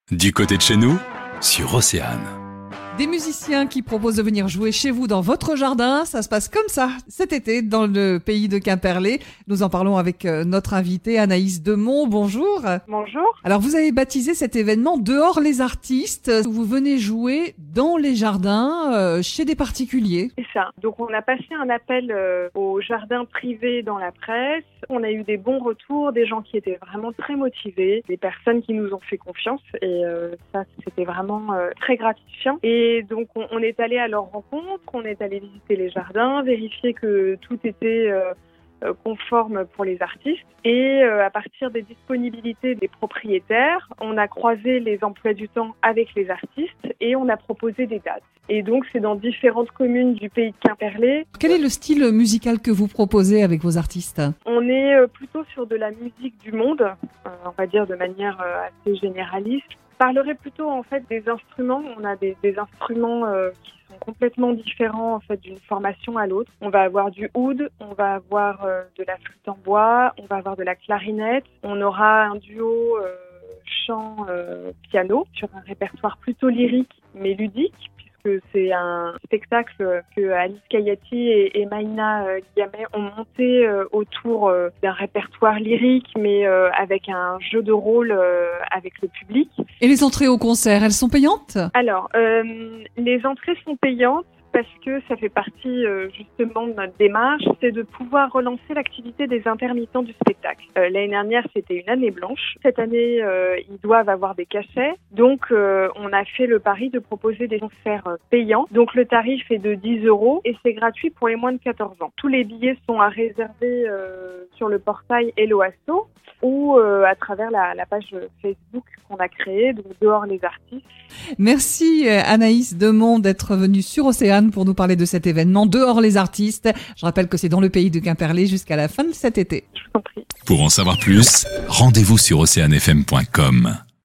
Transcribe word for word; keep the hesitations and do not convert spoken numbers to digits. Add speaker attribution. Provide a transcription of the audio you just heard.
Speaker 1: Du côté de chez nous, sur Océane.
Speaker 2: Des musiciens qui proposent de venir jouer chez vous dans votre jardin, ça se passe comme ça cet été dans le pays de Quimperlé. Nous en parlons avec notre invitée Anaïs Demont. Bonjour.
Speaker 3: Bonjour.
Speaker 2: Alors vous avez baptisé cet événement Dehors les artistes. Vous venez jouer dans les jardins euh, chez des particuliers.
Speaker 3: C'est ça. Donc on a passé un appel euh, aux jardins privés dans la presse. On a eu des bons retours, des gens qui étaient vraiment très motivés, des personnes qui nous ont fait confiance et euh, ça c'était vraiment euh, très gratifiant. Et Et donc, on, on est allé à leur rencontre, on est allé visiter les jardins, vérifier que tout était euh, euh, conforme pour les artistes. Et euh, à partir des disponibilités des propriétaires, on a croisé les emplois du temps avec les artistes et on a proposé des dates. Et donc, c'est dans différentes communes du pays de Quimperlé.
Speaker 2: Quel est le style musical que vous proposez avec vos artistes ?
Speaker 3: On est plutôt sur de la musique du monde, euh, on va dire de manière euh, assez généraliste. Je parlerai plutôt en fait des instruments. On a des, des instruments euh, qui sont complètement différents en fait d'une formation à l'autre. On va avoir du oud, on va avoir euh, de la flûte en bois, on va avoir de la clarinette. On aura un duo euh, chant euh, piano sur un répertoire plutôt lyrique mais ludique. Que c'est un spectacle que Alice Kayati et, et Maïna euh, Guillamet ont monté euh, autour euh, d'un répertoire lyrique, mais euh, avec un jeu de rôle euh, avec le public.
Speaker 2: Et les entrées au concert, elles sont payantes ?
Speaker 3: Alors, euh, les entrées sont payantes parce que ça fait partie euh, justement de notre démarche, c'est de pouvoir relancer l'activité des intermittents du spectacle. Euh, l'année dernière, c'était une année blanche. Cette année, euh, ils doivent avoir des cachets. Donc, euh, on a fait le pari de proposer des concerts euh, payants. Donc, le tarif est de dix euros et c'est gratuit pour les moins de quatorze ans. Tous les billets sont à réserver euh, sur le portail Hello Asso ou euh, à travers la, la page Facebook qu'on a créée, donc Dehors les artistes.
Speaker 2: Merci Anaïs Demont d'être venue sur Océane pour nous parler de cet événement Dehors les artistes. Je rappelle que c'est dans le pays de Quimperlé jusqu'à la fin de cet été.
Speaker 3: Je vous en prie.
Speaker 1: Pour en savoir plus, rendez-vous sur océane f m point com.